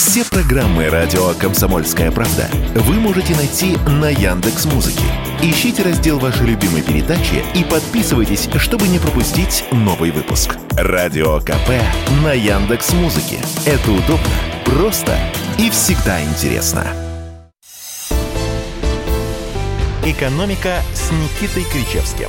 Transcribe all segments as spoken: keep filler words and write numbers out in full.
Все программы радио «Комсомольская правда» вы можете найти на Яндекс.Музыке. Ищите раздел вашей любимой передачи и подписывайтесь, чтобы не пропустить новый выпуск. Радио КП на Яндекс.Музыке. Это удобно, просто и всегда интересно. «Экономика» с Никитой Кричевским.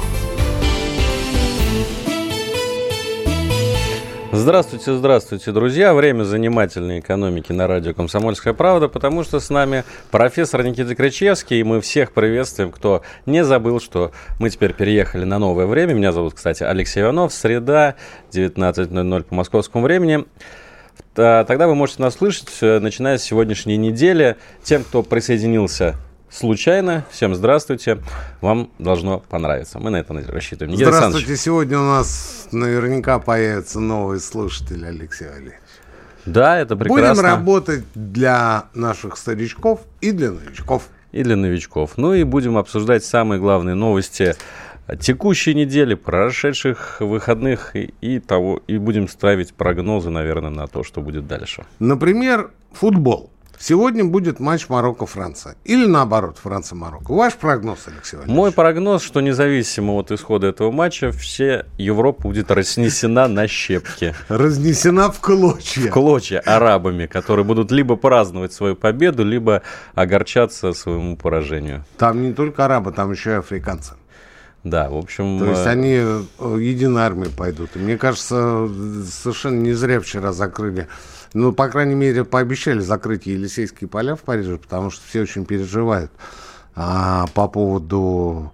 Здравствуйте, здравствуйте, друзья. Время занимательной экономики на радио «Комсомольская правда», потому что с нами профессор Никита Кричевский, и мы всех приветствуем, кто не забыл, что мы теперь переехали на новое время. Меня зовут, кстати, Алексей Иванов. Среда, девятнадцать ноль ноль по московскому времени. Тогда вы можете нас слышать, начиная с сегодняшней недели. Тем, кто присоединился случайно, всем здравствуйте. Вам должно понравиться. Мы на это рассчитываем. Никита Здравствуйте. Александрович. Сегодня у нас наверняка появятся новые слушатели, Алексей Валерьевич. Да, это прекрасно. Будем работать для наших старичков и для новичков. И для новичков. Ну и будем обсуждать самые главные новости текущей недели, прошедших выходных и, и того. И будем ставить прогнозы, наверное, на то, что будет дальше. Например, футбол. Сегодня будет матч Марокко-Франция. Или наоборот, Франция-Марокко. Ваш прогноз, Алексей Валерьевич? Мой прогноз, что независимо от исхода этого матча, вся Европа будет разнесена на щепки. Разнесена в клочья. В клочья арабами, которые будут либо праздновать свою победу, либо огорчаться своему поражению. Там не только арабы, там еще и африканцы. Да, в общем... То есть они единой армией пойдут. И мне кажется, совершенно не зря вчера закрыли... Ну, по крайней мере, пообещали закрыть Елисейские поля в Париже, потому что все очень переживают а, по поводу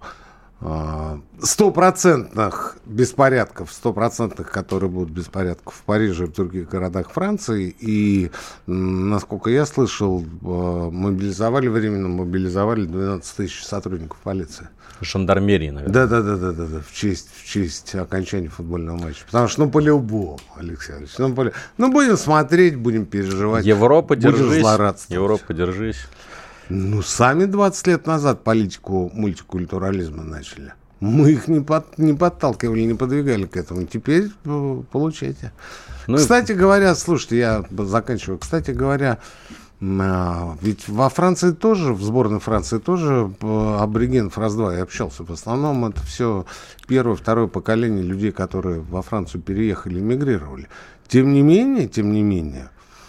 стопроцентных а, беспорядков, стопроцентных, которые будут беспорядков в Париже и в других городах Франции. И, насколько я слышал, мобилизовали, временно мобилизовали двенадцать тысяч сотрудников полиции. Жандармерии, наверное. Да, да, да, да, да, да, в честь, в честь окончания футбольного матча. Потому что, ну, по-любому, Алексей Алексеевич, ну, по ну, будем смотреть, будем переживать. Европа, будем держись. Злорадствовать. Европа, держись. Ну, сами двадцать лет назад политику мультикультурализма начали. Мы их не, под, не подталкивали, не подвигали к этому. Теперь ну, получайте. Ну, кстати и... говоря, слушайте, я заканчиваю. Кстати говоря, ведь во Франции тоже, в сборной Франции тоже аборигенов раз-два я общался. В основном это все первое, второе поколение людей, которые во Францию переехали, эмигрировали. Тем не менее, тем не менее,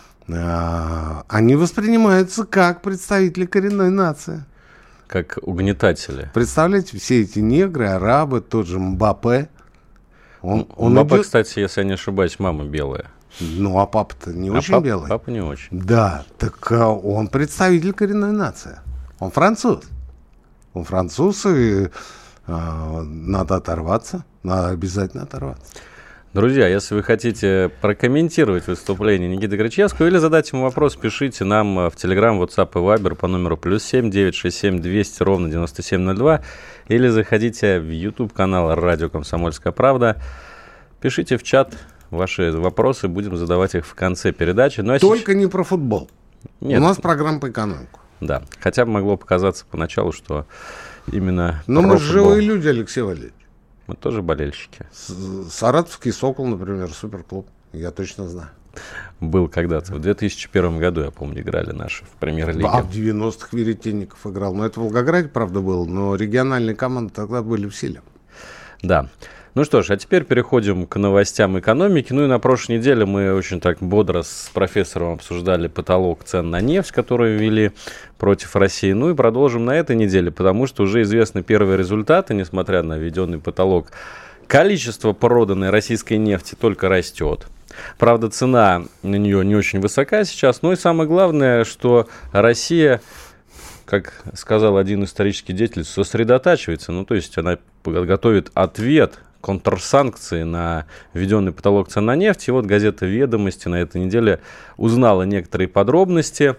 они воспринимаются как представители коренной нации. Как угнетатели. Представляете, все эти негры, арабы, тот же Мбаппе. Он, он Мбаппе, идет... кстати, если я не ошибаюсь, мама белая. Ну, а папа-то не а очень пап, белый. Папа не очень. Да, так он представитель коренной нации. Он француз. Он француз, и э, надо оторваться. Надо обязательно оторваться. Друзья, если вы хотите прокомментировать выступление Никиты Кричевского или задать ему вопрос, пишите нам в Telegram, WhatsApp и Viber по номеру плюс семь девятьсот шестьдесят семь двести ровно девяносто семь ноль два или заходите в YouTube-канал «Радио Комсомольская правда». Пишите в чат ваши вопросы, будем задавать их в конце передачи. Ну, а Только сейчас... не про футбол. Нет. У нас программа по экономику. Да, хотя бы могло показаться поначалу, что именно Но мы же футбол. живые люди, Алексей Валерьевич. Мы тоже болельщики. Саратовский «Сокол», например, суперклуб. Я точно знаю. Был когда-то. В две тысячи первом году, я помню, играли наши в премьер-лиге. А в девяностых Веретенников играл. Но это в Волгограде, правда, был. Но региональные команды тогда были в силе. Да. Ну что ж, а теперь переходим к новостям экономики. Ну и на прошлой неделе мы очень так бодро с профессором обсуждали потолок цен на нефть, который ввели против России. Ну и продолжим на этой неделе, потому что уже известны первые результаты, несмотря на введенный потолок. Количество проданной российской нефти только растет. Правда, цена на нее не очень высока сейчас. Ну и самое главное, что Россия, как сказал один исторический деятель, сосредотачивается. Ну то есть она готовит ответ, контрсанкции на введенный потолок цен на нефть. И вот газета «Ведомости» на этой неделе узнала некоторые подробности.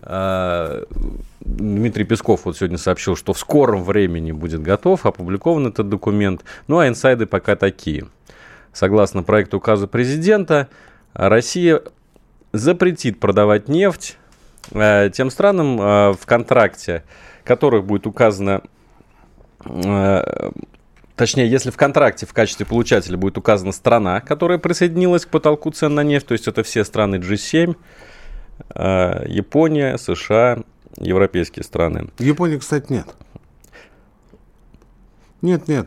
Дмитрий Песков вот сегодня сообщил, что в скором времени будет готов, опубликован этот документ. Ну а инсайды пока такие. Согласно проекту указа президента, Россия запретит продавать нефть тем странам, в контракте которых будет указано... Точнее, если в контракте в качестве получателя будет указана страна, которая присоединилась к потолку цен на нефть, то есть это все страны джи семь, Япония, США, европейские страны. Японии, кстати, нет. Нет, нет,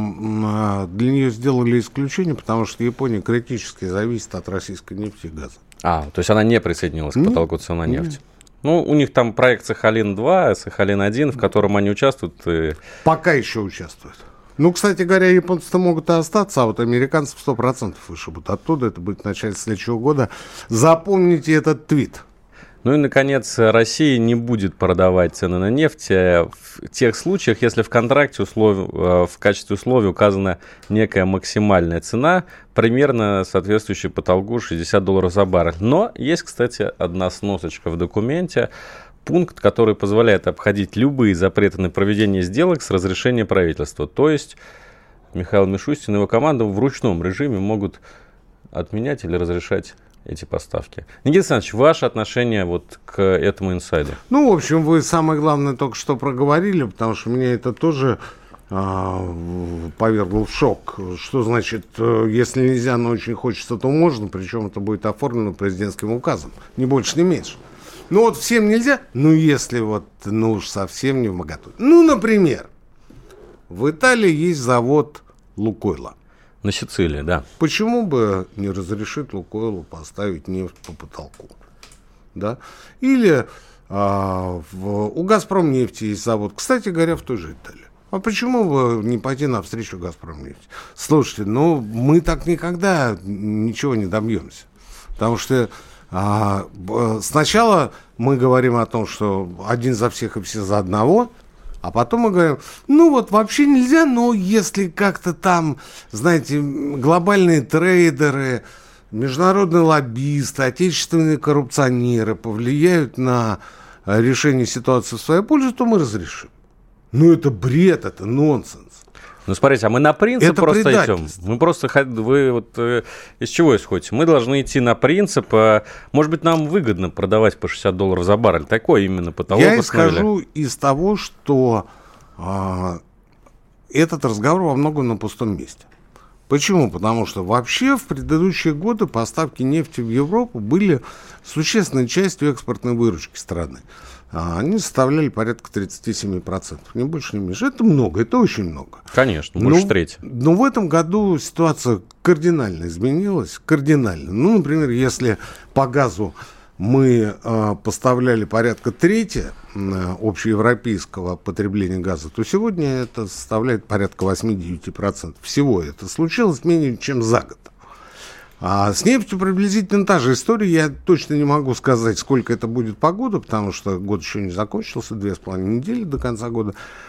там для нее сделали исключение, потому что Япония критически зависит от российской нефти и газа. А, то есть она не присоединилась к потолку цен на нефть. Ну, у них там проект Сахалин-два, Сахалин-один, в котором они участвуют. И... Пока еще участвуют. Ну, кстати говоря, японцы-то могут и остаться, а вот американцев сто процентов вышибут оттуда. Это будет в начале следующего года. Запомните этот твит. Ну и, наконец, Россия не будет продавать цены на нефть в тех случаях, если в контракте услов... в качестве условия указана некая максимальная цена, примерно соответствующая потолку шестьдесят долларов за баррель. Но есть, кстати, одна сносочка в документе, пункт, который позволяет обходить любые запреты на проведение сделок с разрешения правительства. То есть Михаил Мишустин и его команда в ручном режиме могут отменять или разрешать эти поставки. Никита Александрович, ваше отношение вот к этому инсайду? Ну, в общем, вы самое главное только что проговорили, потому что меня это тоже а, повергло в шок. Что значит, если нельзя, но очень хочется, то можно, причем это будет оформлено президентским указом. Ни больше, ни меньше. Ну вот всем нельзя, ну если вот, ну уж совсем не вмоготу. Ну, например, в Италии есть завод «Лукойла». На Сицилии, да. Почему бы не разрешить «Лукойлу» поставить нефть по потолку? Да? Или а, в, у «Газпромнефти» есть завод, кстати говоря, в той же Италии. А почему бы не пойти навстречу «Газпромнефти»? Слушайте, ну мы так никогда ничего не добьемся. Потому что а, сначала мы говорим о том, что один за всех и все за одного. А потом мы говорим, ну вот вообще нельзя, но если как-то там, знаете, глобальные трейдеры, международные лоббисты, отечественные коррупционеры повлияют на решение ситуации в свою пользу, то мы разрешим. Ну это бред, это нонсенс. Ну, смотрите, а мы на принцип это просто идем. Мы просто, вы вот э, из чего исходите? Мы должны идти на принцип. Э, может быть, нам выгодно продавать по шестьдесят долларов за баррель. Такой именно потолок. Я исхожу из того, что э, этот разговор во многом на пустом месте. Почему? Потому что вообще в предыдущие годы поставки нефти в Европу были существенной частью экспортной выручки страны. Они составляли порядка тридцать семь процентов. Не больше, не меньше. Это много, это очень много. Конечно, больше но, трети. Но в этом году ситуация кардинально изменилась. Кардинально. Ну, например, если по газу мы э, поставляли порядка трети э, общеевропейского потребления газа, то сегодня это составляет порядка восемь-девять процентов. Всего это случилось менее чем за год. А с нефтью приблизительно та же история. Я точно не могу сказать, сколько это будет по году, потому что год еще не закончился, две с половиной недели до конца года.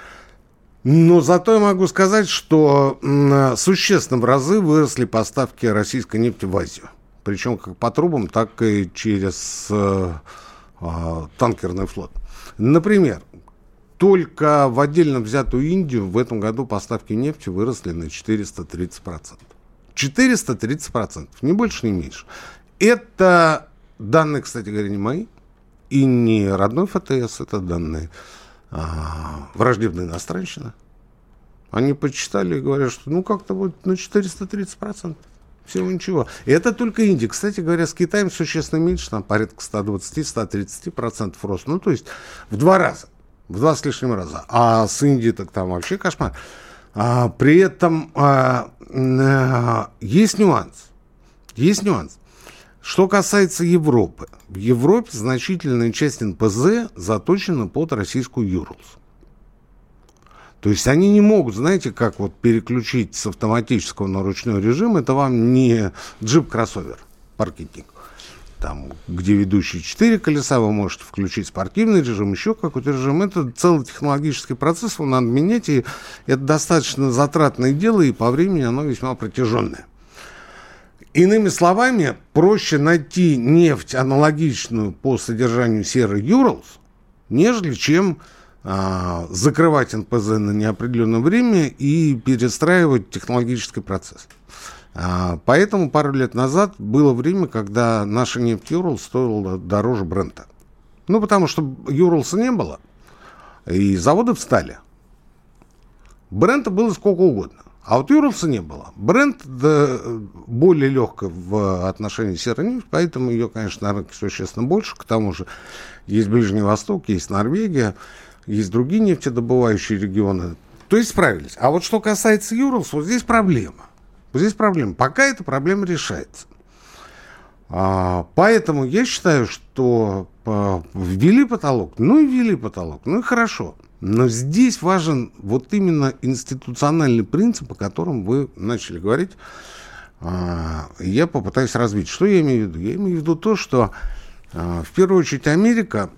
Но зато я могу сказать, что существенно в разы выросли поставки российской нефти в Азию. Причем как по трубам, так и через э, э, танкерный флот. Например, только в отдельно взятую Индию в этом году поставки нефти выросли на четыреста тридцать процентов. четыреста тридцать процентов, ни больше, ни меньше. Это данные, кстати говоря, не мои и не родной эф тэ эс, это данные а, враждебной иностранщины. Они почитали и говорят, что ну как-то вот на четыреста тридцать процентов. Всего ничего. И это только Индия. Кстати говоря, с Китаем существенно меньше, там порядка сто двадцать - сто тридцать процентов рост. Ну, то есть в два раза, в два с лишним раза. А с Индией так там вообще кошмар. А, при этом а, а, есть нюанс. Есть нюанс. Что касается Европы. В Европе значительная часть эн пэ зэ заточена под российскую Юрлс. То есть они не могут, знаете, как вот переключить с автоматического на ручной режим. Это вам не джип-кроссовер, паркетник. Там, где ведущие четыре колеса, вы можете включить спортивный режим, еще какой-то режим. Это целый технологический процесс, его надо менять, и это достаточно затратное дело, и по времени оно весьма протяженное. Иными словами, проще найти нефть аналогичную по содержанию серы Юрлс, нежели чем а, закрывать эн пэ зэ на неопределенное время и перестраивать технологический процесс. Поэтому пару лет назад было время, когда наша нефть Юрлс стоила дороже Брента. Ну, потому что Юрлса не было, и заводы встали. Брента было сколько угодно. А вот Юрлса не было. Бренд да, более легкий в отношении серой нефти, поэтому ее, конечно, на рынке существенно больше. К тому же есть Ближний Восток, есть Норвегия, есть другие нефтедобывающие регионы. То есть справились. А вот что касается Юрлса, вот здесь проблема. Вот здесь проблема. Пока эта проблема решается. А, поэтому я считаю, что а, ввели потолок. Ну и ввели потолок. Ну и хорошо. Но здесь важен вот именно институциональный принцип, о котором вы начали говорить. Я попытаюсь развить. Что я имею в виду? Я имею в виду то, что в первую очередь Америка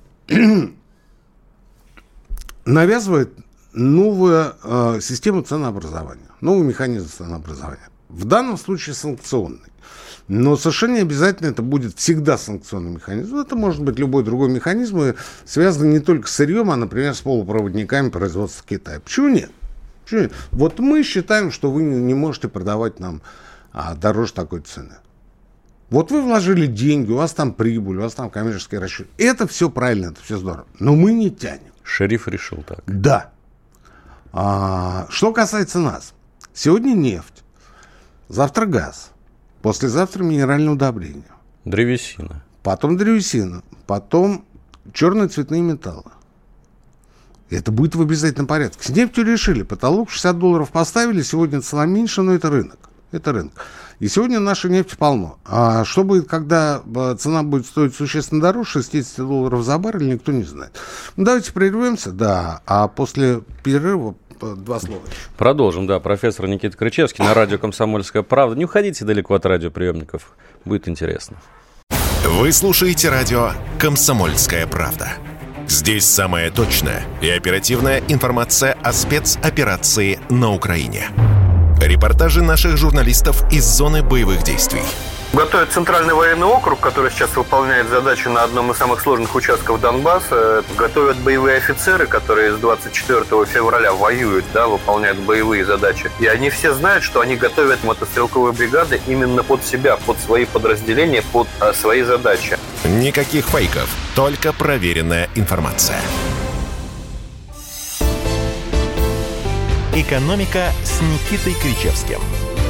навязывает новую систему ценообразования, новый механизм ценообразования. В данном случае санкционный. Но совершенно не обязательно это будет всегда санкционный механизм. Это может быть любой другой механизм, связанный не только с сырьем, а, например, с полупроводниками производства Китая. Почему нет? Почему нет? Вот мы считаем, что вы не можете продавать нам а, дороже такой цены. Вот вы вложили деньги, у вас там прибыль, у вас там коммерческий расчет. Это все правильно, это все здорово. Но мы не тянем. Шериф решил так. Да. А, что касается нас. Сегодня нефть, завтра газ. Послезавтра минеральное удобрение. Древесина. Потом древесина. Потом черные цветные металлы. Это будет в обязательном порядке. С нефтью решили. Потолок шестьдесят долларов поставили. Сегодня цена меньше, но это рынок. Это рынок. И сегодня нашей нефти полно. А что будет, когда цена будет стоить существенно дороже, шестьдесят долларов за баррель, никто не знает. Ну, давайте прервемся, да. А после перерыва два слова. Продолжим, да. Профессор Никита Кричевский на радио «Комсомольская правда». Не уходите далеко от радиоприемников. Будет интересно. Вы слушаете радио «Комсомольская правда». Здесь самая точная и оперативная информация о спецоперации на Украине. Репортажи наших журналистов из зоны боевых действий. Готовит Центральный военный округ, который сейчас выполняет задачу на одном из самых сложных участков Донбасса. Готовят боевые офицеры, которые с двадцать четвёртого февраля воюют, да, выполняют боевые задачи. И они все знают, что они готовят мотострелковые бригады именно под себя, под свои подразделения, под а, свои задачи. Никаких фейков, только проверенная информация. «Экономика» с Никитой Кричевским.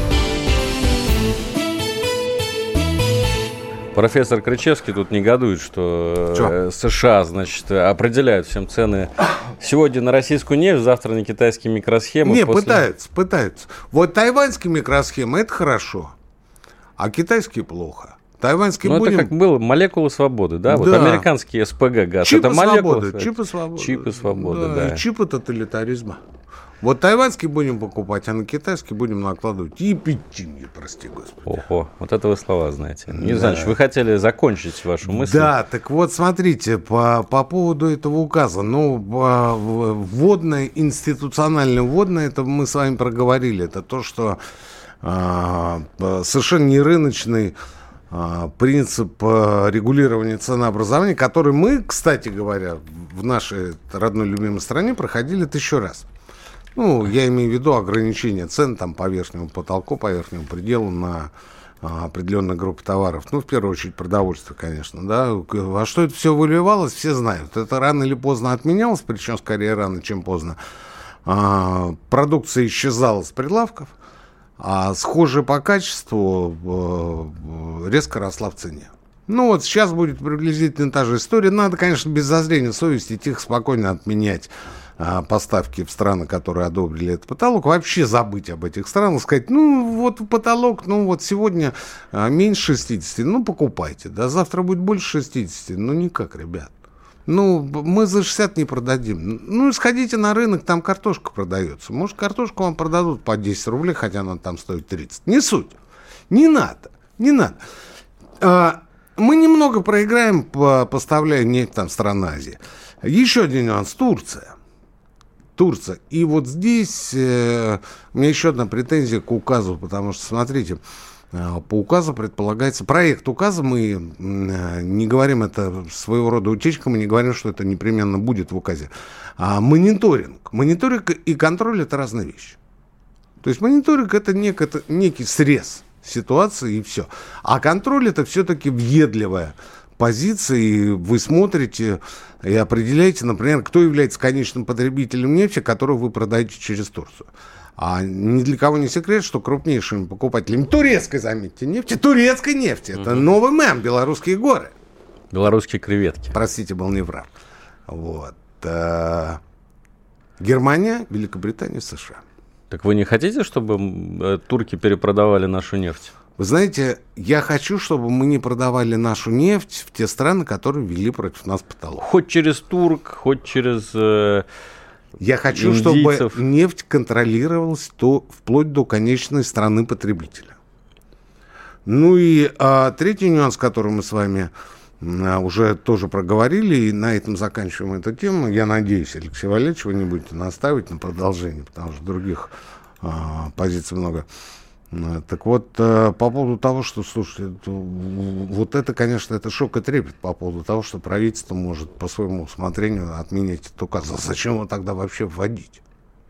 Профессор Кричевский тут негодует, что Чё? США, значит, определяют всем цены сегодня на российскую нефть, завтра на китайские микросхемы. Не, после... пытаются, пытаются. Вот тайваньские микросхемы – это хорошо, а китайские – плохо. Тайваньские ну, будем... это как было молекулы свободы, да? да. Вот американские СПГ газ. Чипы это молекулы свободы, чипы свободы. Чипы свободы, да. да. И чипы тоталитаризма. Вот тайваньский будем покупать, а на китайский будем накладывать и пятимир, прости господи. Ого, вот это вы слова знаете. Не да. знаю, вы хотели закончить вашу мысль. Да, так вот смотрите, по, по поводу этого указа. Ну, вводное, институциональное вводное, это мы с вами проговорили. Это то, что а, совершенно не рыночный а, принцип регулирования ценообразования, который мы, кстати говоря, в нашей родной любимой стране проходили тысячу раз. Ну, я имею в виду ограничение цен там, по верхнему потолку, по верхнему пределу на а, определенные группы товаров. Ну, в первую очередь, продовольствие, конечно, да. Во что это все выливалось, все знают. Это рано или поздно отменялось, причем скорее рано, чем поздно. А, продукция исчезала с прилавков, а схожая по качеству а, резко росла в цене. Ну, вот сейчас будет приблизительно та же история. Надо, конечно, без зазрения совести тихо, спокойно отменять поставки в страны, которые одобрили этот потолок, вообще забыть об этих странах, сказать, ну, вот потолок, ну, вот сегодня меньше шестидесяти, ну, покупайте, да, завтра будет больше шестидесяти, ну, никак, ребят. Ну, мы за шестьдесят не продадим. Ну, сходите на рынок, там картошка продается. Может, картошку вам продадут по десять рублей, хотя она там стоит тридцать. Не суть. Не надо, не надо. Мы немного проиграем, поставляя нефть там в страны Азии. Еще один нюанс. Турция. Турция. И вот здесь э, у меня еще одна претензия к указу, потому что, смотрите, э, по указу предполагается, проект указа, мы э, не говорим, это своего рода утечка, мы не говорим, что это непременно будет в указе, а мониторинг. Мониторинг и контроль – это разные вещи. То есть мониторинг – это, нек, это некий срез ситуации и все. А контроль – это все-таки въедливая позиция, и вы смотрите и определяете, например, кто является конечным потребителем нефти, которую вы продаете через Турцию. А ни для кого не секрет, что крупнейшими покупателями турецкой, заметьте, нефти, турецкой нефти, угу. это новый мем, белорусские горы. Белорусские креветки. Простите, был неправ. Вот. Германия, Великобритания, США. Так вы не хотите, чтобы турки перепродавали нашу нефть? Вы знаете, я хочу, чтобы мы не продавали нашу нефть в те страны, которые ввели против нас потолок. Хоть через турк, хоть через э, Я хочу, индийцев. Чтобы нефть контролировалась то, вплоть до конечной страны потребителя. Ну и а, третий нюанс, который мы с вами а, уже тоже проговорили, и на этом заканчиваем эту тему. Я надеюсь, Алексей Валерьевич, вы не будете настаивать на продолжении, потому что других а, позиций много. Так вот, по поводу того, что, слушайте, вот это, конечно, это шок и трепет по поводу того, что правительство может по своему усмотрению отменять этот указ. А зачем его тогда вообще вводить?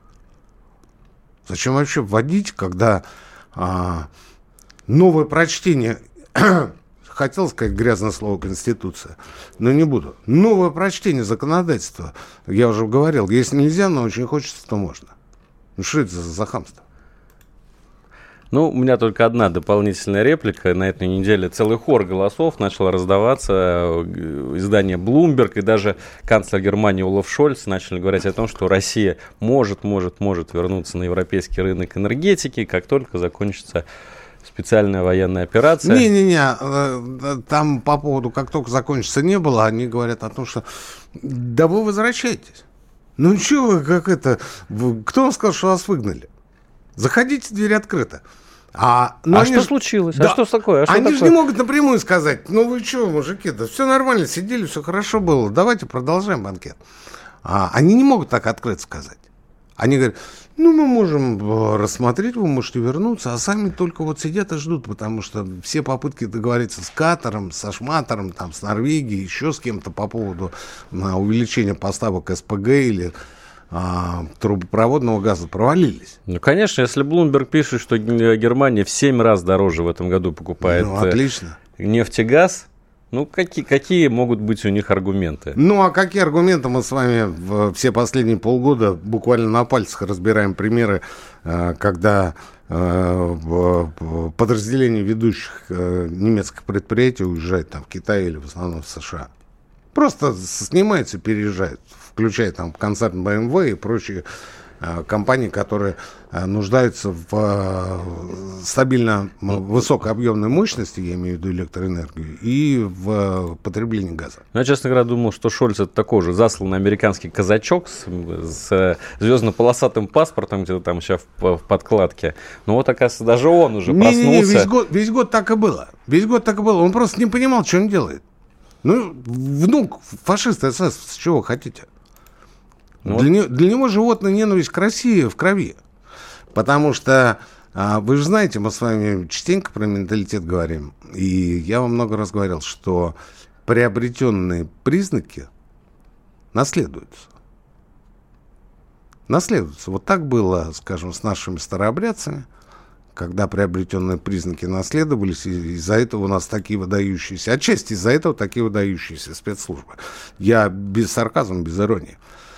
Зачем вообще вводить, когда а, новое прочтение, хотел сказать грязное слово Конституция, но не буду. Новое прочтение законодательства, я уже говорил, если нельзя, но очень хочется, то можно. Ну что это за, за хамство? Ну, у меня только одна дополнительная реплика. На этой неделе целый хор голосов начал раздаваться. Издание Bloomberg и даже канцлер Германии Олаф Шольц начали говорить о том, что Россия может, может, может вернуться на европейский рынок энергетики, как только закончится специальная военная операция. Не-не-не, там по поводу, как только закончится, не было. Они говорят о том, что да вы возвращаетесь. Ну что вы, как это... Кто вам сказал, что вас выгнали? Заходите, дверь открыта. А, ну а что ж... случилось? Да. А что такое? А что они такое? же не могут напрямую сказать, ну вы что, мужики, да все нормально, сидели, все хорошо было, давайте продолжаем банкет. А, они не могут так открыто сказать. Они говорят, ну мы можем рассмотреть, вы можете вернуться, а сами только вот сидят и ждут, потому что все попытки договориться с Катаром, со Шматором, там, с Норвегией, еще с кем-то по поводу а, увеличения поставок СПГ или... А, трубопроводного газа провалились. Ну, конечно, если Bloomberg пишет, что Германия в семь раз дороже в этом году покупает ну, отлично. нефть и газ, ну, какие, какие могут быть у них аргументы? Ну, а какие аргументы? Мы с вами в, все последние полгода буквально на пальцах разбираем примеры, когда подразделения ведущих немецких предприятий уезжают там, в Китай или в основном в США. Просто снимаются, переезжают, включая там концерн бэ эм вэ и прочие э, компании, которые э, нуждаются в э, стабильно высокообъемной мощности, я имею в виду электроэнергию, и в э, потреблении газа. Я, честно говоря, думал, что Шольц это такой же засланный американский казачок с, с звездно-полосатым паспортом где-то там сейчас в, в подкладке. Но вот, оказывается, даже он уже не, проснулся. Не-не-не, весь год, весь год так и было. Весь год так и было. Он просто не понимал, что он делает. Ну, внук фашиста эс эс, с чего хотите? Ну, для, него, для него животная ненависть к России в крови. Потому что, а, вы же знаете, мы с вами частенько про менталитет говорим. И я вам много раз говорил, что приобретенные признаки наследуются. Наследуются. Вот так было, скажем, с нашими старообрядцами, когда приобретенные признаки наследовались, и из-за этого у нас такие выдающиеся, отчасти из-за этого такие выдающиеся спецслужбы. Я без сарказма, без иронии.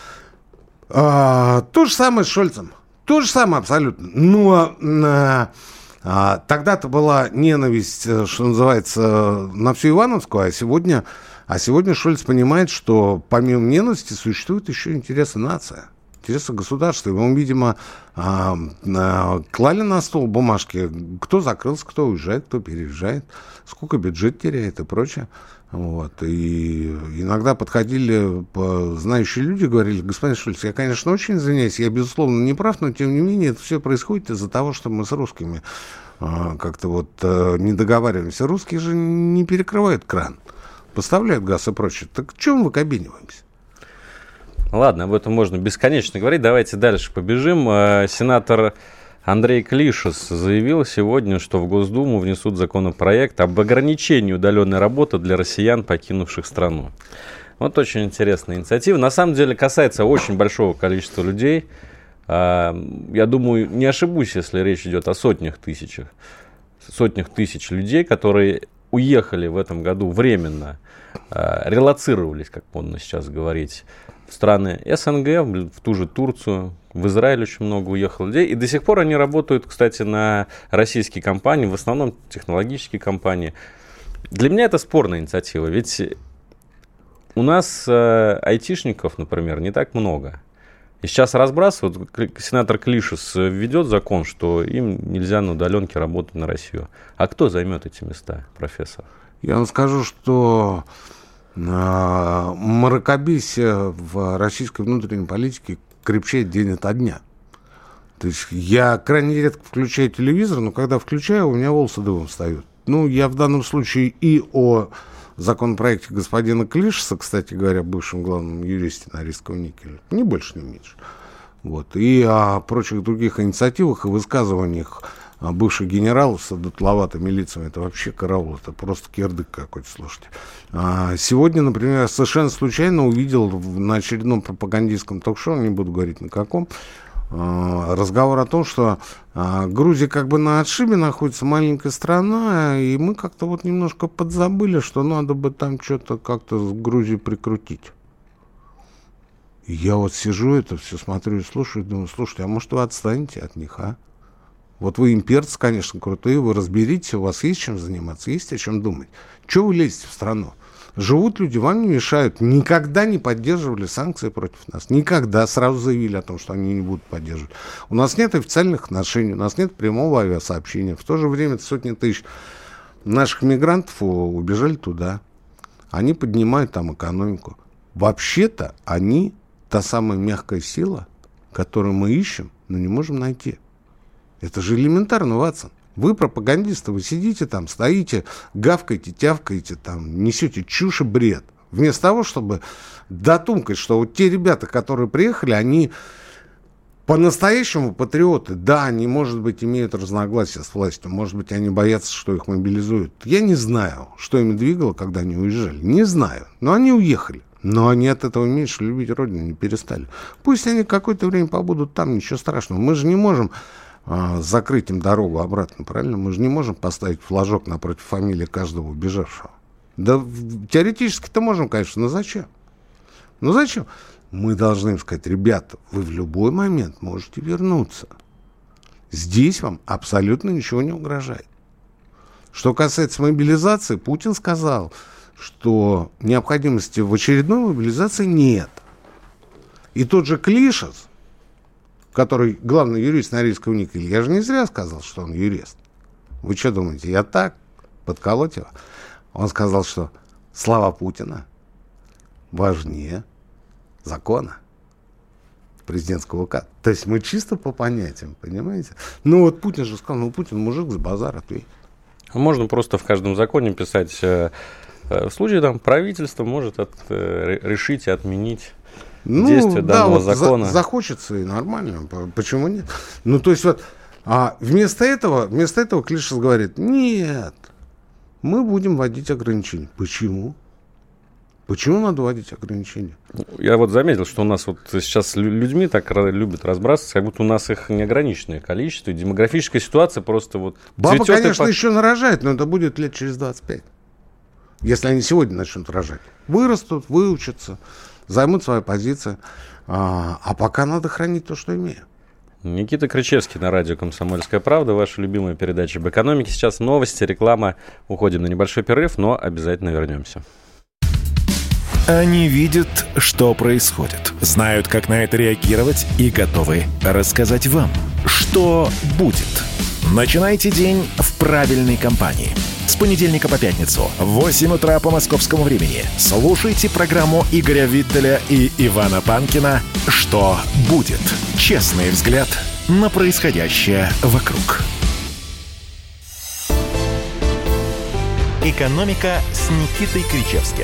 А, то же самое с Шольцем. То же самое абсолютно. Но а, а, тогда-то была ненависть, что называется, на всю Ивановскую, а сегодня, а сегодня Шольц понимает, что помимо ненависти существует еще интересы нации. Интересы государства. Ему, видимо, а, а, клали на стол бумажки, кто закрылся, кто уезжает, кто переезжает, сколько бюджет теряет и прочее. Вот. И иногда подходили знающие люди, говорили: господин Шольц, я, конечно, очень извиняюсь, я, безусловно, не прав, но, тем не менее, это все происходит из-за того, что мы с русскими а, как-то вот а, не договариваемся. Русские же не перекрывают кран, поставляют газ и прочее. Так в чем мы кабиниваемся? Ладно, об этом можно бесконечно говорить. Давайте дальше побежим. Сенатор Андрей Клишес заявил сегодня, что в Госдуму внесут законопроект об ограничении удаленной работы для россиян, покинувших страну. Вот очень интересная инициатива. На самом деле касается очень большого количества людей. Я думаю, не ошибусь, если речь идет о сотнях тысячах, сотнях тысяч людей, которые уехали в этом году временно, релоцировались, как модно сейчас говорить, в страны СНГ, в ту же Турцию, в Израиль очень много уехало людей. И до сих пор они работают, кстати, на российские компании, в основном технологические компании. Для меня это спорная инициатива, ведь у нас айтишников, например, не так много. И сейчас разбрасывают, сенатор Клишес введет закон, что им нельзя на удаленке работать на Россию. А кто займет эти места, профессор? Я вам скажу, что мракобесие в российской внутренней политике крепчает день ото дня. То есть я крайне редко включаю телевизор, но когда включаю, у меня волосы дыбом встают. Ну, я в данном случае и о законопроекте господина Клишеса, кстати говоря, бывшем главном юристе Норильского никеля, не больше, не меньше. Вот. И о прочих других инициативах и высказываниях бывших генералов с одутловатыми лицами. Это вообще караул, это просто кирдык какой-то, слушайте. Сегодня, например, совершенно случайно увидел на очередном пропагандистском ток-шоу, не буду говорить на каком, разговор о том, что Грузия как бы на отшибе находится, маленькая страна, и мы как-то вот немножко подзабыли, что надо бы там что-то как-то с Грузией прикрутить. И я вот сижу, это все смотрю и слушаю, думаю, слушайте, а может вы отстанете от них, а? Вот вы имперцы, конечно, крутые, вы разберитесь, у вас есть чем заниматься, есть о чем думать. Чего вы лезете в страну? Живут люди, вам не мешают. Никогда не поддерживали санкции против нас. Никогда сразу заявили о том, что они не будут поддерживать. У нас нет официальных отношений, у нас нет прямого авиасообщения. В то же время сотни тысяч наших мигрантов убежали туда. Они поднимают там экономику. Вообще-то они та самая мягкая сила, которую мы ищем, но не можем найти. Это же элементарно, Ватсон. Вы пропагандисты, вы сидите там, стоите, гавкаете, тявкаете, там, несете чушь и бред. Вместо того, чтобы дотумкать, что вот те ребята, которые приехали, они по-настоящему патриоты. Да, они, может быть, имеют разногласия с властью, может быть, они боятся, что их мобилизуют. Я не знаю, что ими двигало, когда они уезжали. Не знаю, но они уехали. Но они от этого меньше любить родину не перестали. Пусть они какое-то время побудут там, ничего страшного. Мы же не можем закрыть им дорогу обратно, правильно? Мы же не можем поставить флажок напротив фамилии каждого убежавшего. Да теоретически-то можем, конечно, но зачем? Ну зачем? Мы должны им сказать, ребята, вы в любой момент можете вернуться. Здесь вам абсолютно ничего не угрожает. Что касается мобилизации, Путин сказал, что необходимости в очередной мобилизации нет. И тот же Клишес, который главный юрист Норильского никеля, я же не зря сказал, что он юрист. Вы что думаете, я так подколоть его? Он сказал, что слова Путина важнее закона, президентского указа. То есть мы чисто по понятиям, понимаете? Ну вот Путин же сказал, ну Путин мужик, за базар ответит. Можно просто в каждом законе писать, в случае там правительство может от, решить и отменить ну, действие да, данного вот закона. За, захочется и нормально. Почему нет? Ну, то есть вот а вместо этого, вместо этого Клишес говорит, нет, мы будем вводить ограничения. Почему? Почему надо вводить ограничения? Я вот заметил, что у нас вот сейчас людьми так любят разбрасываться, как будто у нас их неограниченное количество, и демографическая ситуация просто вот... Баба, конечно, по... еще нарожает, но это будет лет через двадцать пять. Если они сегодня начнут рожать. Вырастут, выучатся, займут свою позицию. А, а пока надо хранить то, что имею. Никита Кричевский на радио «Комсомольская правда». Ваша любимая передача об экономике. Сейчас новости, реклама. Уходим на небольшой перерыв, но обязательно вернемся. Они видят, что происходит, знают, как на это реагировать и готовы рассказать вам, что будет. Начинайте день в правильной компании. С понедельника по пятницу в восемь утра по московскому времени слушайте программу Игоря Виттеля и Ивана Панкина «Что будет?». Честный взгляд на происходящее вокруг. «Экономика» с Никитой Кричевским.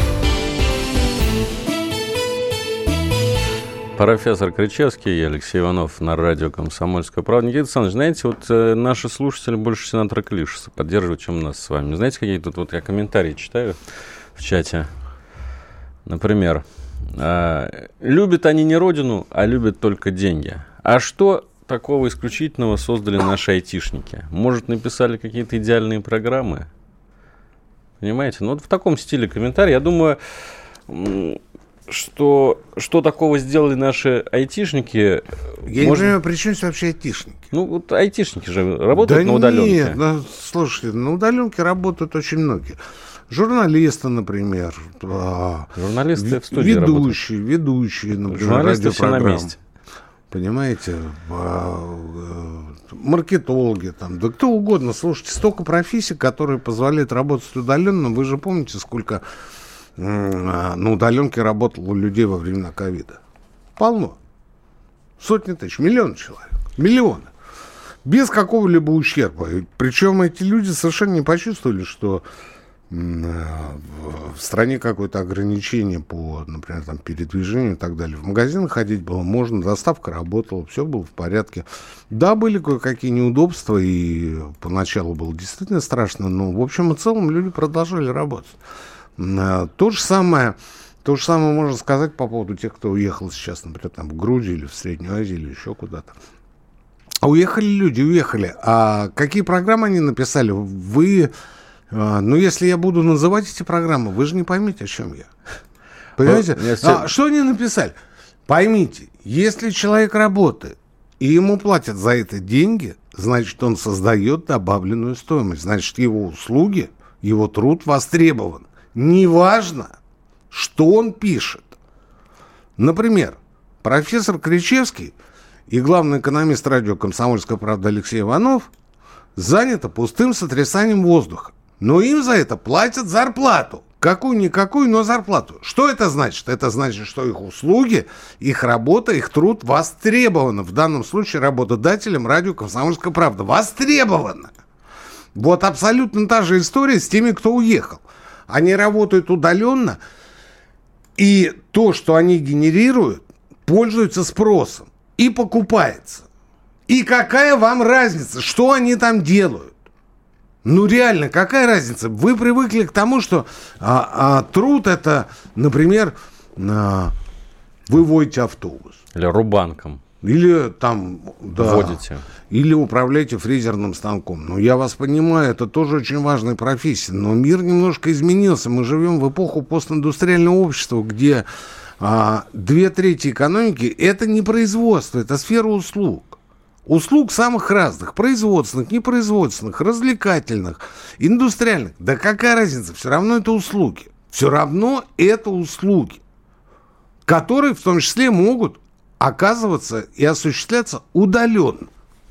Профессор Кричевский и Алексей Иванов на радио «Комсомольская правда». Никита Александрович, знаете, вот э, наши слушатели больше сенатора Клишеса поддерживают, чем нас с вами. Знаете, какие тут вот я комментарии читаю в чате? Например, э, любят они не родину, а любят только деньги. А что такого исключительного создали наши айтишники? Может, написали какие-то идеальные программы? Понимаете? Ну, вот в таком стиле комментарий. Я думаю, что, что такого сделали наши айтишники... Я можно... не понимаю, при чем здесь вообще айтишники? Ну, вот айтишники же работают да на удаленке. Нет, ну, слушайте, на удаленке работают очень многие. Журналисты, например. Журналисты в студии ведущие, работают. Ведущие, например, журналисты все на месте. Понимаете? Маркетологи, там, да кто угодно. Слушайте, столько профессий, которые позволяют работать удаленно. Вы же помните, сколько на удаленке работало у людей во времена ковида? Полно. Сотни тысяч, миллионы человек. Миллионы. Без какого-либо ущерба. Причем эти люди совершенно не почувствовали, что в стране какое-то ограничение по, например, там, передвижению и так далее. В магазин ходить было можно, доставка работала, все было в порядке. Да, были кое-какие неудобства, и поначалу было действительно страшно, но в общем и целом люди продолжали работать. То же самое, то же самое можно сказать по поводу тех, кто уехал сейчас, например, там, в Грузию или в Среднюю Азию или еще куда-то. Уехали люди, уехали. А какие программы они написали? Вы... Ну, если я буду называть эти программы, вы же не поймете, о чем я. Понимаете? А, что они написали? Поймите, если человек работает, и ему платят за это деньги, значит, он создает добавленную стоимость. Значит, его услуги, его труд востребован. Неважно, что он пишет. Например, профессор Кричевский и главный экономист радио «Комсомольская правда» Алексей Иванов заняты пустым сотрясанием воздуха. Но им за это платят зарплату. Какую-никакую, но зарплату. Что это значит? Это значит, что их услуги, их работа, их труд востребованы. В данном случае работодателем радио «Комсомольская правда». Востребовано. Вот абсолютно та же история с теми, кто уехал. Они работают удаленно, и то, что они генерируют, пользуется спросом и покупается. И какая вам разница, что они там делают? Ну, реально, какая разница? Вы привыкли к тому, что а, а, труд это, например, а, вы водите автобус. Или рубанком. Или там, да. Водите. Или управляете фрезерным станком. Ну, я вас понимаю, это тоже очень важная профессия. Но мир немножко изменился. Мы живем в эпоху постиндустриального общества, где а, две трети экономики это не производство, это сфера услуг. Услуг самых разных, производственных, непроизводственных, развлекательных, индустриальных. Да какая разница, все равно это услуги. Все равно это услуги, которые в том числе могут оказываться и осуществляться удаленно.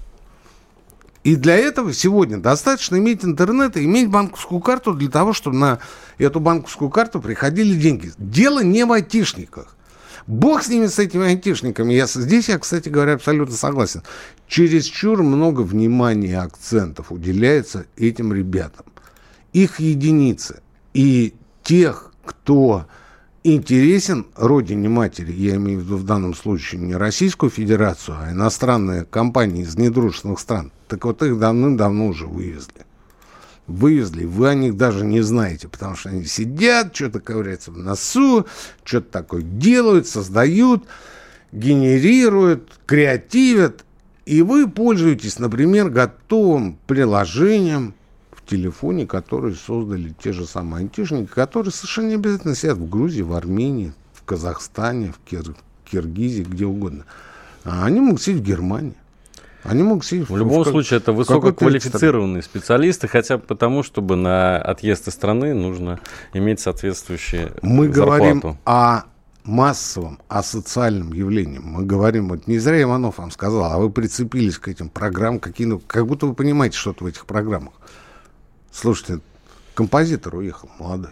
И для этого сегодня достаточно иметь интернет и иметь банковскую карту для того, чтобы на эту банковскую карту приходили деньги. Дело не в айтишниках. Бог с ними, с этими айтишниками. Я, здесь я, кстати говоря, абсолютно согласен. Чересчур много внимания и акцентов уделяется этим ребятам. Их единицы. И тех, кто интересен родине матери, я имею в виду в данном случае не Российскую Федерацию, а иностранные компании из недружественных стран, так вот их давным-давно уже вывезли. Вывезли, вы о них даже не знаете, потому что они сидят, что-то ковыряются в носу, что-то такое делают, создают, генерируют, креативят, и вы пользуетесь, например, готовым приложением в телефоне, которые создали те же самые айтишники, которые совершенно не обязательно сидят в Грузии, в Армении, в Казахстане, в Кир- Киргизии, где угодно. А они могут сидеть в Германии. Они могут сидеть в любом в, случае, это высококвалифицированные специалисты, хотя бы потому, чтобы на отъезд из страны нужно иметь соответствующие Мы зарплату. говорим о массовом, о социальном явлении. Мы говорим, вот не зря Иванов вам сказал, а вы прицепились к этим программам, какие, как будто вы понимаете что-то в этих программах. Слушайте, композитор уехал молодой.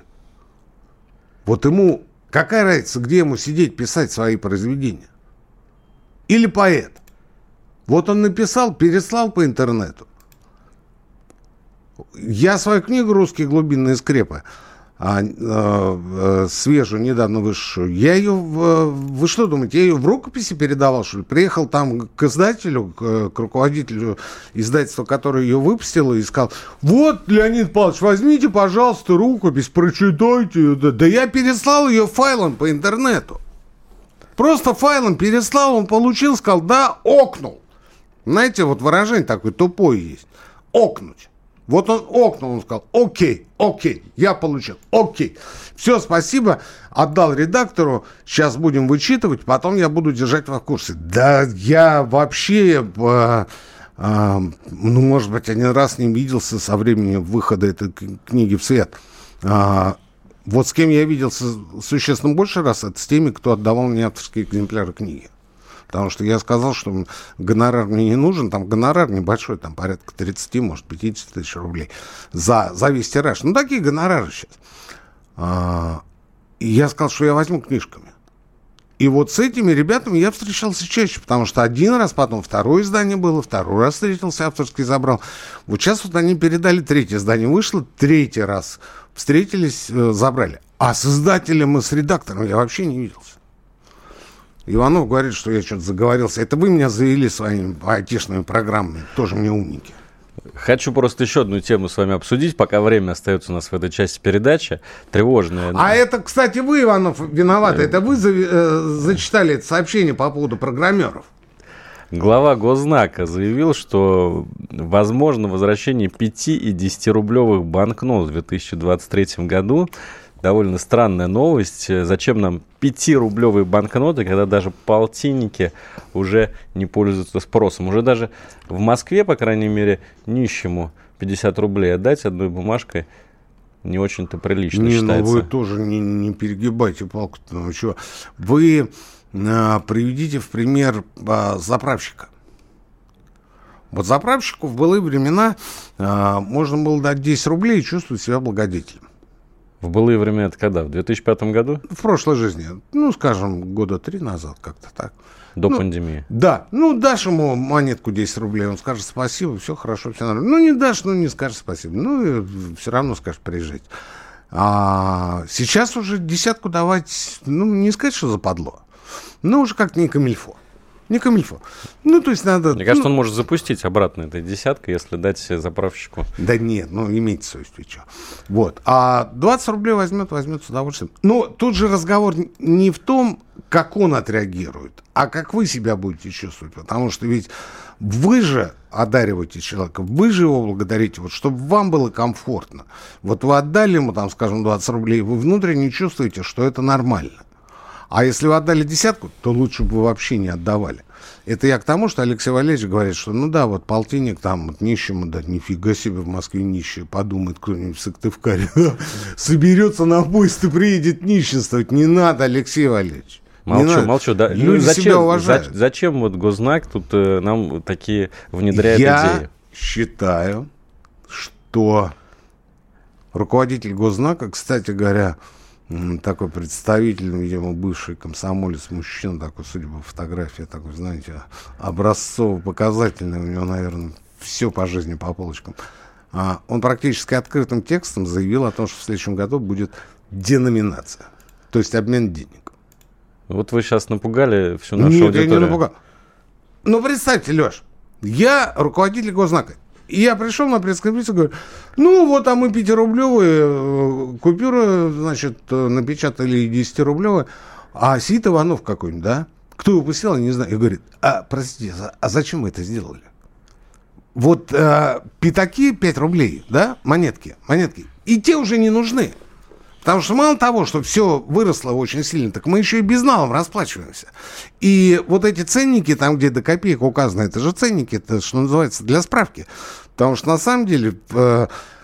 Вот ему, какая разница, где ему сидеть, писать свои произведения? Или поэт? Вот он написал, переслал по интернету. Я свою книгу «Русские глубинные скрепы», а, а, свежую, недавно вышедшую, я ее, вы что думаете, я ее в рукописи передавал, что ли? Приехал там к издателю, к, к руководителю издательства, который ее выпустил, и сказал: вот, Леонид Павлович, возьмите, пожалуйста, рукопись, прочитайте ее. Да, да я переслал ее файлом по интернету. Просто файлом переслал, он получил, сказал: да, окнул. Знаете, вот выражение такое тупое есть. Окнуть. Вот он окнул, он сказал, окей, окей, я получил, окей. Все, спасибо, отдал редактору, сейчас будем вычитывать, потом я буду держать вас в курсе. Да я вообще, э, э, ну, может быть, один раз не виделся со времени выхода этой книги в свет. Э, вот с кем я виделся существенно больше раз, это с теми, кто отдавал мне авторские экземпляры книги. Потому что я сказал, что гонорар мне не нужен. Там гонорар небольшой, там порядка тридцать, может, пятьдесят тысяч рублей за, за весь тираж. Ну, такие гонорары сейчас. А, и я сказал, что я возьму книжками. И вот с этими ребятами я встречался чаще, потому что один раз, потом второе издание было, второй раз встретился, авторский забрал. Вот сейчас вот они передали, третье издание вышло, третий раз встретились, забрали. А с издателем и с редактором я вообще не виделся. Иванов говорит, что я что-то заговорился. Это вы меня завели своими айтишными программами. Тоже мне умники. Хочу просто еще одну тему с вами обсудить, пока время остается у нас в этой части передачи. Тревожная. А это, кстати, вы, Иванов, виноваты. Это вы за, э, зачитали это сообщение по поводу программеров. Глава Госзнака заявил, что возможно возвращение пяти- и десятирублевых банкнот в две тысячи двадцать третьем году. Довольно странная новость. Зачем нам пятирублевые банкноты, когда даже полтинники уже не пользуются спросом? Уже даже в Москве, по крайней мере, нищему пятьдесят рублей отдать одной бумажкой не очень-то прилично не, считается. Ну вы тоже не, не перегибайте палку. Ну, что? Вы а, приведите в пример а, заправщика. Вот заправщику в былые времена а, можно было дать десять рублей и чувствовать себя благодетелем. В былые времена это когда? В две тысячи пятом году? В прошлой жизни. Ну, скажем, года три назад, как-то так. До ну, пандемии. Да. Ну, дашь ему монетку десять рублей, он скажет спасибо, все хорошо, все нормально. Ну, не дашь, ну, не скажешь спасибо. Ну, и все равно скажешь приезжать. А сейчас уже десятку давать, ну, не сказать, что западло. Но уже как-то не камильфо. Не камильфо. Ну, то есть надо... Мне кажется, ну, он может запустить обратно этой десятку, если дать заправщику. Да нет, ну, имейте совесть, вы что. Вот. А двадцать рублей возьмет, возьмет с удовольствием. Но тут же разговор не в том, как он отреагирует, а как вы себя будете чувствовать. Потому что ведь вы же одариваете человека, вы же его благодарите, вот, чтобы вам было комфортно. Вот вы отдали ему, там, скажем, двадцать рублей, вы внутренне чувствуете, что это нормально. А если вы отдали десятку, то лучше бы вы вообще не отдавали. Это я к тому, что Алексей Валерьевич говорит, что ну да, вот полтинник там вот нищему дать, нифига себе в Москве нищие, подумает кто-нибудь в Сыктывкаре, соберется на поезд и приедет нищенствовать. Не надо, Алексей Валерьевич. Молчу, молчу. Да. Люди зачем, себя уважают. За, зачем вот Госзнак тут э, нам такие внедряет я идеи? Я считаю, что руководитель Госзнака, кстати говоря, такой представитель, видимо, бывший комсомолец, мужчина, такой, судя по фотографии, такой, знаете, образцово-показательный, у него, наверное, все по жизни по полочкам. А, он практически открытым текстом заявил о том, что в следующем году будет деноминация, то есть обмен денег. Вот вы сейчас напугали всю нашу Нет, аудиторию. Я не напугал. Ну, представьте, Леш, я руководитель Госзнака. И я пришел на пресс-конференцию и говорю, ну вот, а мы пятирублевые купюры, значит, напечатали десятирублевые, а сидит Иванов какой-нибудь, да? Кто его пустил, я не знаю. И говорит, а, простите, а зачем вы это сделали? Вот а, пятаки пять рублей, да, монетки, монетки, и те уже не нужны. Потому что мало того, что все выросло очень сильно, так мы еще и безналом расплачиваемся. И вот эти ценники, там, где до копеек указано, это же ценники, это, что называется, для справки. Потому что на самом деле э,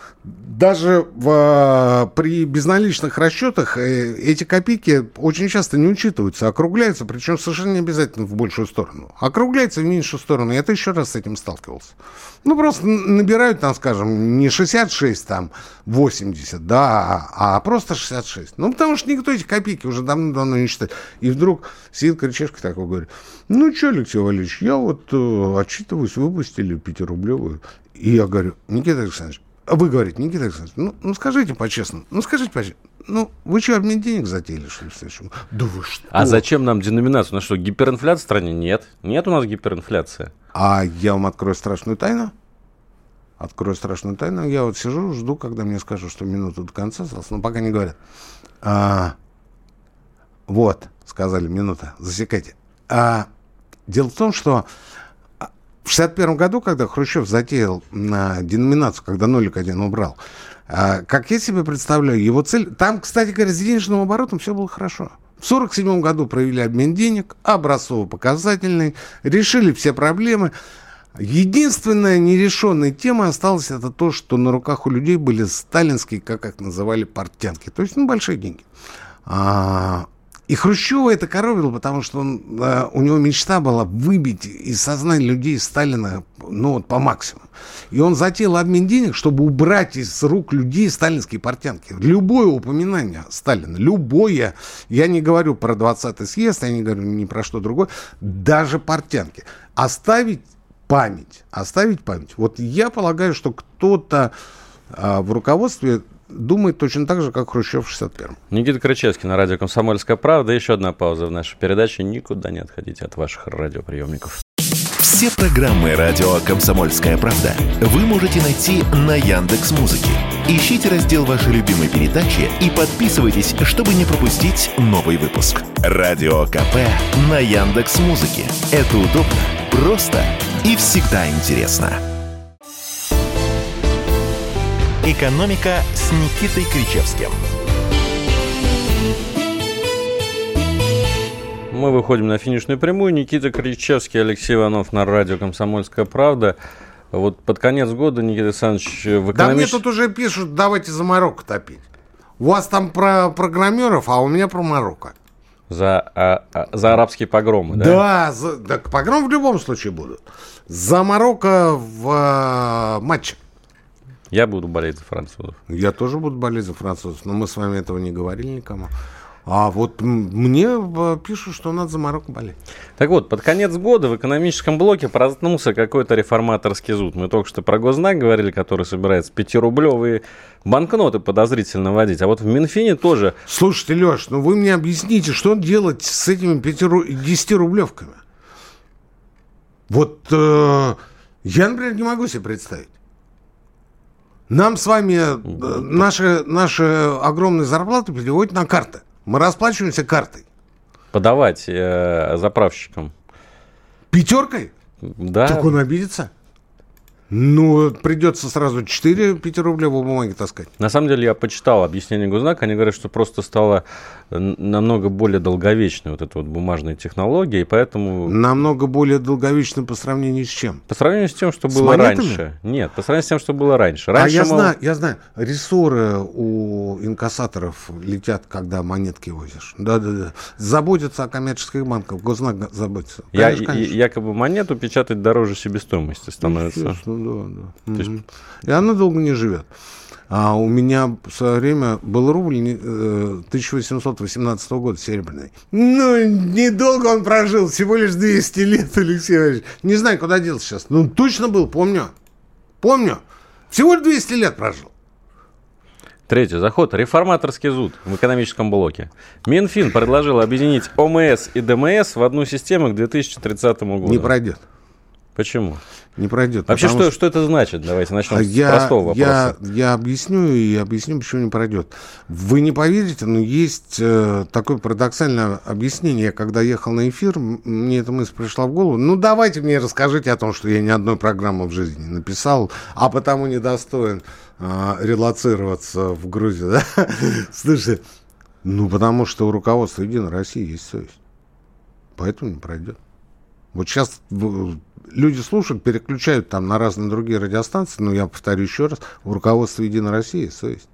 даже в, при безналичных расчетах э, эти копейки очень часто не учитываются, округляются, причем совершенно не обязательно в большую сторону. Округляются в меньшую сторону. Я-то еще раз с этим сталкивался. Ну, просто набирают, там, скажем, не шестьдесят шесть, там, восемьдесят, да, а, а просто шестьдесят шесть. Ну, потому что никто эти копейки уже давно-давно не считает. И вдруг сидит Кричевский такой, говорит, ну, что, Алексей Валерьевич, я вот э, отчитываюсь, выпустили пятирублевую. И я говорю, Никита Александрович, а вы говорите, Никита Александрович, ну, ну скажите по-честному, ну, скажите по-честному, ну, вы что, обмен денег затеяли, что ли, в следующем? Да вы что? А зачем нам деноминацию? У нас что, гиперинфляция в стране? Нет. Нет у нас гиперинфляции. А я вам открою страшную тайну. Открою страшную тайну. Я вот сижу, жду, когда мне скажут, что минута до конца осталась, но пока не говорят. А, вот, сказали, минута, засекайте. А, дело в том, что В шестьдесят первом году, когда Хрущев затеял на деноминацию, когда нолик один убрал, как я себе представляю, его цель... Там, кстати говоря, с денежным оборотом все было хорошо. В сорок седьмом году провели обмен денег, образцово-показательный, решили все проблемы. Единственная нерешенная тема осталась, это то, что на руках у людей были сталинские, как их называли, портянки. То есть, ну, большие деньги. А... И Хрущева это коробило, потому что он, у него мечта была выбить из сознания людей Сталина, ну, вот по максимуму. И он затеял обмен денег, чтобы убрать из рук людей сталинские портянки. Любое упоминание Сталина, любое, я не говорю про двадцатый съезд, я не говорю ни про что другое, даже портянки. Оставить память, оставить память. Вот я полагаю, что кто-то а, в руководстве думает точно так же, как Хрущев в шестьдесят первом. Никита Кричевский на радио «Комсомольская правда». Еще одна пауза в нашей передаче. Никуда не отходите от ваших радиоприемников. Все программы радио «Комсомольская правда» вы можете найти на Яндекс.Музыке. Ищите раздел вашей любимой передачи и подписывайтесь, чтобы не пропустить новый выпуск. Радио КП на Яндекс.Музыке. Это удобно, просто и всегда интересно. «Экономика» с Никитой Кричевским. Мы выходим на финишную прямую. Никита Кричевский, Алексей Иванов на радио «Комсомольская правда». Вот под конец года, Никита Александрович, в экономическом... Да мне тут уже пишут, давайте за Марокко топить. У вас там про программеров, а у меня про Марокко. За, а, а, за арабские погромы, да? Да, за, да, погромы в любом случае будут. За Марокко в а, матче. Я буду болеть за французов. Я тоже буду болеть за французов, но мы с вами этого не говорили никому. А вот мне пишут, что надо за Марокко болеть. Так вот, под конец года в экономическом блоке проснулся какой-то реформаторский зуд. Мы только что про Гознак говорили, который собирается пятирублевые банкноты подозрительно вводить. А вот в Минфине тоже... Слушайте, Леш, ну вы мне объясните, что делать с этими десятирублевками? Вот э, я, например, не могу себе представить. Нам с вами э, наши, наши огромные зарплаты переводят на карты. Мы расплачиваемся картой. Подавать э, заправщикам. Пятеркой? Да. Так он обидится. Ну, придется сразу четыре пятирублевые бумаги таскать. На самом деле, я почитал объяснение Гознака. Они говорят, что просто стала намного более долговечной вот эта вот бумажная технология, и поэтому... Намного более долговечной по сравнению с чем? По сравнению с тем, что с было монетами? Раньше. Нет, по сравнению с тем, что было раньше. раньше а я мол... знаю, я знаю, рессоры у инкассаторов летят, когда монетки возишь. Да-да-да. Заботятся о коммерческих банках. Гознак заботится. Я, конечно, конечно. Якобы монету печатать дороже себестоимости становится. Ну, да, да. есть... Угу. И она долго не живет. А у меня в свое время был рубль э, тысяча восемьсот восемнадцатого года серебряный. Ну, недолго он прожил, всего лишь двести лет, Алексей Иванович. Не знаю, куда делся сейчас. Ну, точно был, помню. Помню. Всего лишь двести лет прожил. Третий заход. Реформаторский зуд в экономическом блоке. Минфин предложил объединить ОМС и ДМС в одну систему к две тысячи тридцатому году. Не пройдет. Почему? Не пройдет. Вообще, что, что... что это значит? Давайте начнем я, с простого вопроса. Я, я объясню и объясню, почему не пройдет. Вы не поверите, но есть э, такое парадоксальное объяснение. Я когда ехал на эфир, мне эта мысль пришла в голову. Ну, давайте мне расскажите о том, что я ни одной программы в жизни не написал, а потому недостоин э, релоцироваться в Грузию. Да? Слушайте, ну, потому что у руководства Единой России есть совесть. Поэтому не пройдет. Вот сейчас люди слушают, переключают там на разные другие радиостанции, но я повторю еще раз, у руководства Единой России есть совесть.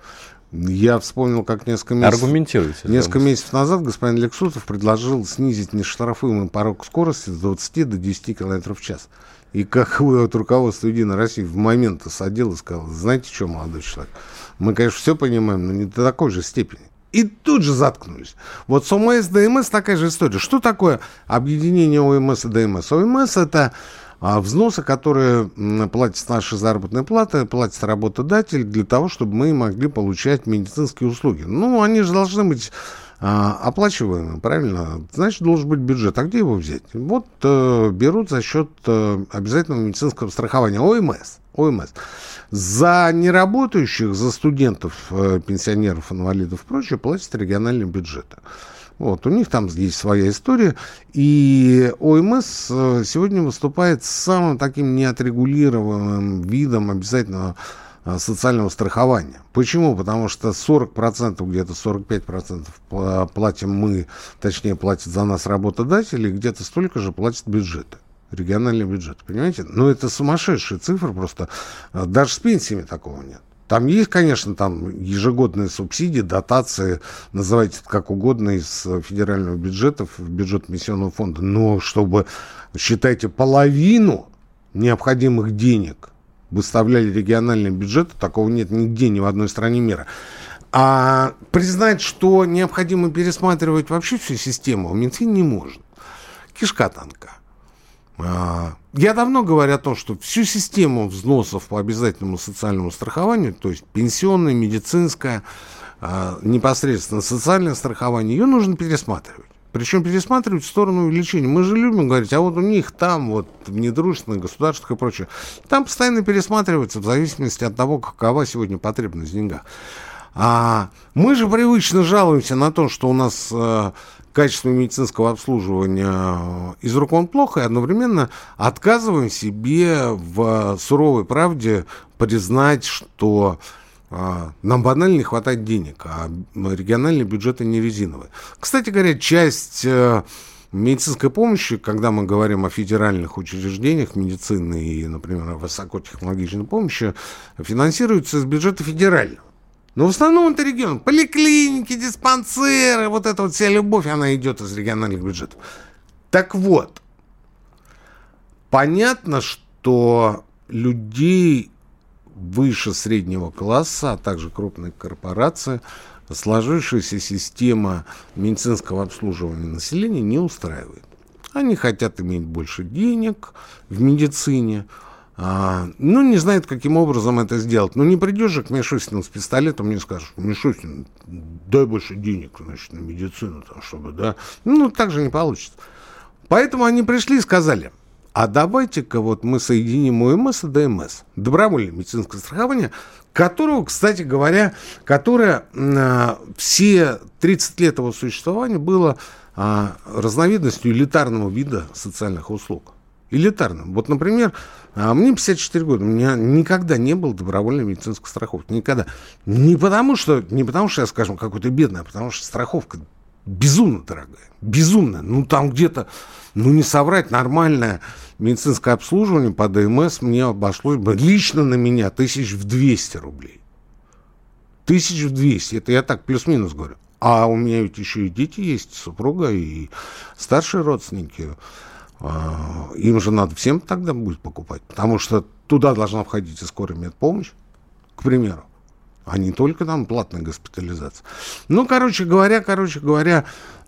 Я вспомнил, как несколько месяцев, Аргументируйте, несколько месяцев назад господин Лексутов предложил снизить нештрафуемый порог скорости с двадцати до десяти километров в час. И как вот руководство Единой России в момент садило и сказал: знаете что, молодой человек, мы, конечно, все понимаем, но не до такой же степени. И тут же заткнулись. Вот с ОМС, ДМС такая же история. Что такое объединение ОМС и ДМС? ОМС – это а, взносы, которые платят с нашей заработной платы, платит работодатель для того, чтобы мы могли получать медицинские услуги. Ну, они же должны быть а, оплачиваемы, правильно? Значит, должен быть бюджет. А где его взять? Вот а, берут за счет а, обязательного медицинского страхования. ОМС. ОМС. За неработающих, за студентов, пенсионеров, инвалидов и прочее платят региональные бюджеты. Вот, у них там есть своя история. И ОМС сегодня выступает с самым таким неотрегулированным видом обязательного социального страхования. Почему? Потому что сорок процентов, где-то сорок пять процентов платим мы, точнее, платят за нас работодатели, где-то столько же платят бюджеты, региональный бюджет. Понимаете? Но это сумасшедшая цифра просто. Даже с пенсиями такого нет. Там есть, конечно, там ежегодные субсидии, дотации, называйте это как угодно, из федерального бюджета, в бюджет пенсионного фонда. Но чтобы, считайте, половину необходимых денег выставляли региональные бюджеты, такого нет нигде, ни в одной стране мира. А признать, что необходимо пересматривать вообще всю систему, Минфин не может. Кишка тонка. Я давно говорю о том, что всю систему взносов по обязательному социальному страхованию, то есть пенсионное, медицинское, непосредственно социальное страхование, ее нужно пересматривать. Причем пересматривать в сторону увеличения. Мы же любим говорить, а вот у них там, вот в недружественных государствах и прочее, там постоянно пересматривается в зависимости от того, какова сегодня потребность в деньгах. А мы же привычно жалуемся на то, что у нас э, качество медицинского обслуживания из рук вон плохо, и одновременно отказываем себе в суровой правде признать, что нам банально не хватает денег, а региональные бюджеты не резиновые. Кстати говоря, часть медицинской помощи, когда мы говорим о федеральных учреждениях медицины и, например, о высокотехнологичной помощи, финансируется из бюджета федерального. Но в основном это регион. Поликлиники, диспансеры, вот эта вот вся любовь, она идет из региональных бюджетов. Так вот, понятно, что людей выше среднего класса, а также крупные корпорации, сложившаяся система медицинского обслуживания населения не устраивает. Они хотят иметь больше денег в медицине, а, ну, не знают, каким образом это сделать. Ну, не придешь же к Мишустину с пистолетом, не скажешь, Мишустин, дай больше денег, значит, на медицину, там, чтобы, да. Ну, так же не получится. Поэтому они пришли и сказали: а давайте-ка вот мы соединим ОМС и ДМС, добровольное медицинское страхование, которого, кстати говоря, которое э, все тридцать лет его существования было э, разновидностью элитарного вида социальных услуг. Элитарным. Вот, например, э, мне пятьдесят четыре года, у меня никогда не было добровольной медицинской страховки. Никогда. Не потому, что, не потому, что я, скажем, какой-то бедный, а потому что страховка безумно дорогая. Безумно. Ну, там где-то, ну, не соврать, нормальное медицинское обслуживание по ДМС мне обошлось бы лично на меня тысяч в двести рублей. Тысяч в двести. Это я так плюс-минус говорю. А у меня ведь еще и дети есть, супруга, и старшие родственники. Им же надо всем тогда будет покупать. Потому что туда должна входить и скорая медпомощь, к примеру. А не только там платная госпитализация. Ну, короче говоря, короче говоря,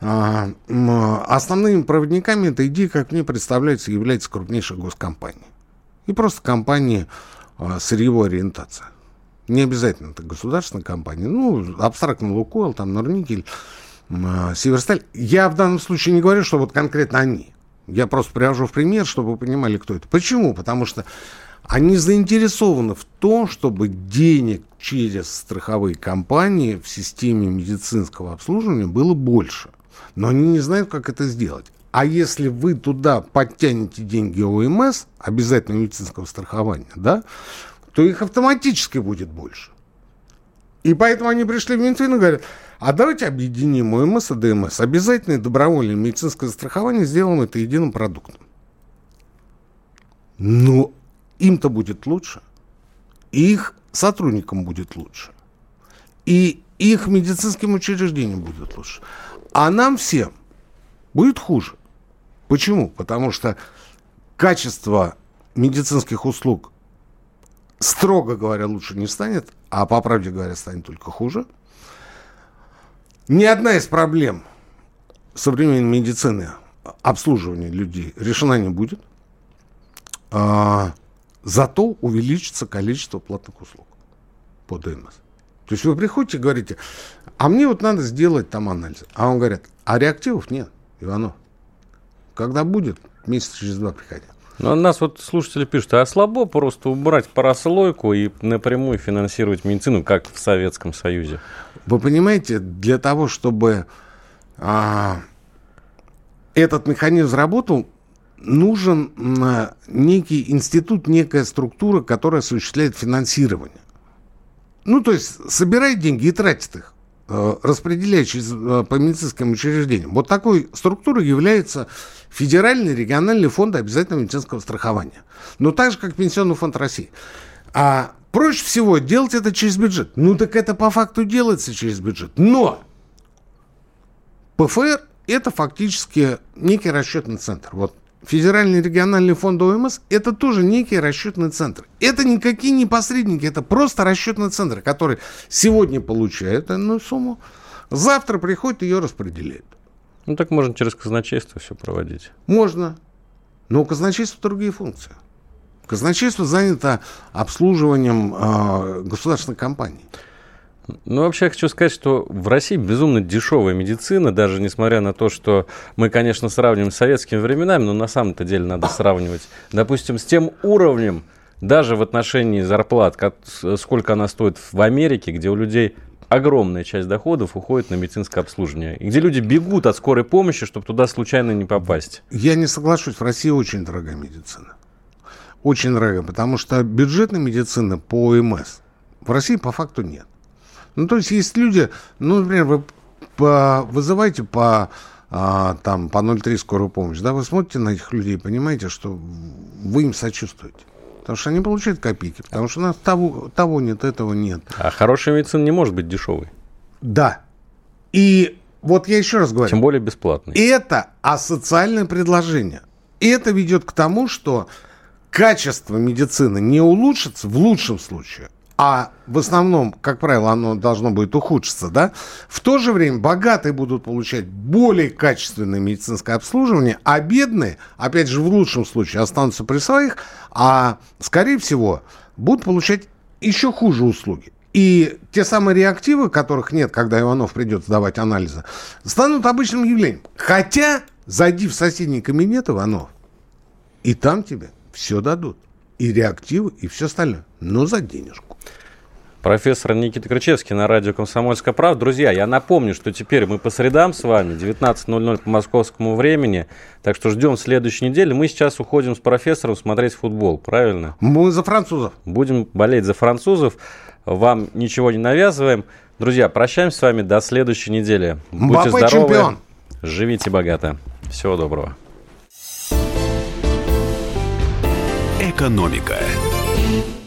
основными проводниками этой идеи, как мне представляется, является крупнейшая госкомпания. И просто компания сырьевой ориентации. Не обязательно это государственная компания. Ну, абстрактно Лукойл, там Норникель, Северсталь. Я в данном случае не говорю, что вот конкретно они. Я просто привожу в пример, чтобы вы понимали, кто это. Почему? Потому что они заинтересованы в том, чтобы денег через страховые компании в системе медицинского обслуживания было больше. Но они не знают, как это сделать. А если вы туда подтянете деньги ОМС, обязательно медицинского страхования, да, то их автоматически будет больше. И поэтому они пришли в Минфин и говорят: а давайте объединим ОМС и ДМС. Обязательное добровольное медицинское страхование, сделаем это единым продуктом. Ну, им-то будет лучше, и их сотрудникам будет лучше, и их медицинским учреждениям будет лучше. А нам всем будет хуже. Почему? Потому что качество медицинских услуг, строго говоря, лучше не станет, а по правде говоря, станет только хуже. Ни одна из проблем современной медицины, обслуживания людей, решена не будет. А, зато увеличится количество платных услуг по ДМС. То есть вы приходите и говорите: а мне вот надо сделать там анализ. А вам говорят: а реактивов нет, Иванов. Когда будет, месяца через два приходи. Ну, нас вот слушатели пишут: а слабо просто убрать прослойку и напрямую финансировать медицину, как в Советском Союзе? Вы понимаете, для того, чтобы а, этот механизм заработал, нужен а, некий институт, некая структура, которая осуществляет финансирование. Ну, то есть собирает деньги и тратит их, а, распределяя через, а, по медицинским учреждениям. Вот такой структурой является Федеральный региональный фонд обязательного медицинского страхования. Но так же, как Пенсионный фонд России. А проще всего делать это через бюджет. Ну, так это по факту делается через бюджет. Но ПФР – это фактически некий расчетный центр. Вот Федеральный региональный фонд ОМС – это тоже некий расчетный центр. Это никакие не посредники, это просто расчетный центр, который сегодня получает одну сумму, завтра приходит и ее распределяет. Ну, так можно через казначейство все проводить. Можно. Но у казначейства другие функции. Казначейство занято обслуживанием э, государственных компаний. Ну, вообще, я хочу сказать, что в России безумно дешевая медицина, даже несмотря на то, что мы, конечно, сравниваем с советскими временами, но на самом-то деле надо сравнивать, допустим, с тем уровнем, даже в отношении зарплат, как, сколько она стоит в Америке, где у людей огромная часть доходов уходит на медицинское обслуживание, и где люди бегут от скорой помощи, чтобы туда случайно не попасть. Я не соглашусь, в России очень дорогая медицина. Очень дорогая, потому что бюджетной медицины по ОМС в России по факту нет. Ну, то есть есть люди, ну, например, вы по, вызываете по, а, там, по ноль три скорую помощь, да, вы смотрите на этих людей и понимаете, что вы им сочувствуете. Потому что они получают копейки, потому что у нас того, того нет, этого нет. А хорошая медицина не может быть дешевой. Да. И вот я еще раз говорю. Тем более бесплатной. Это асоциальное предложение. И это ведет к тому, что качество медицины не улучшится в лучшем случае, а в основном, как правило, оно должно будет ухудшиться, да? В то же время богатые будут получать более качественное медицинское обслуживание, а бедные, опять же, в лучшем случае останутся при своих, а, скорее всего, будут получать еще хуже услуги. И те самые реактивы, которых нет, когда Иванов придет сдавать анализы, станут обычным явлением. Хотя, зайди в соседний кабинет, Иванов, и там тебе все дадут. И реактивы, и все остальное. Но за денежку. Профессор Никита Крычевский на радио «Комсомольская правда». Друзья, я напомню, что теперь мы по средам с вами, девятнадцать ноль ноль по московскому времени, так что ждем следующей недели. Мы сейчас уходим с профессором смотреть футбол, правильно? Мы за французов. Будем болеть за французов, вам ничего не навязываем. Друзья, прощаемся с вами до следующей недели. Будьте здоровы, чемпион. Живите богато. Всего доброго. Экономика.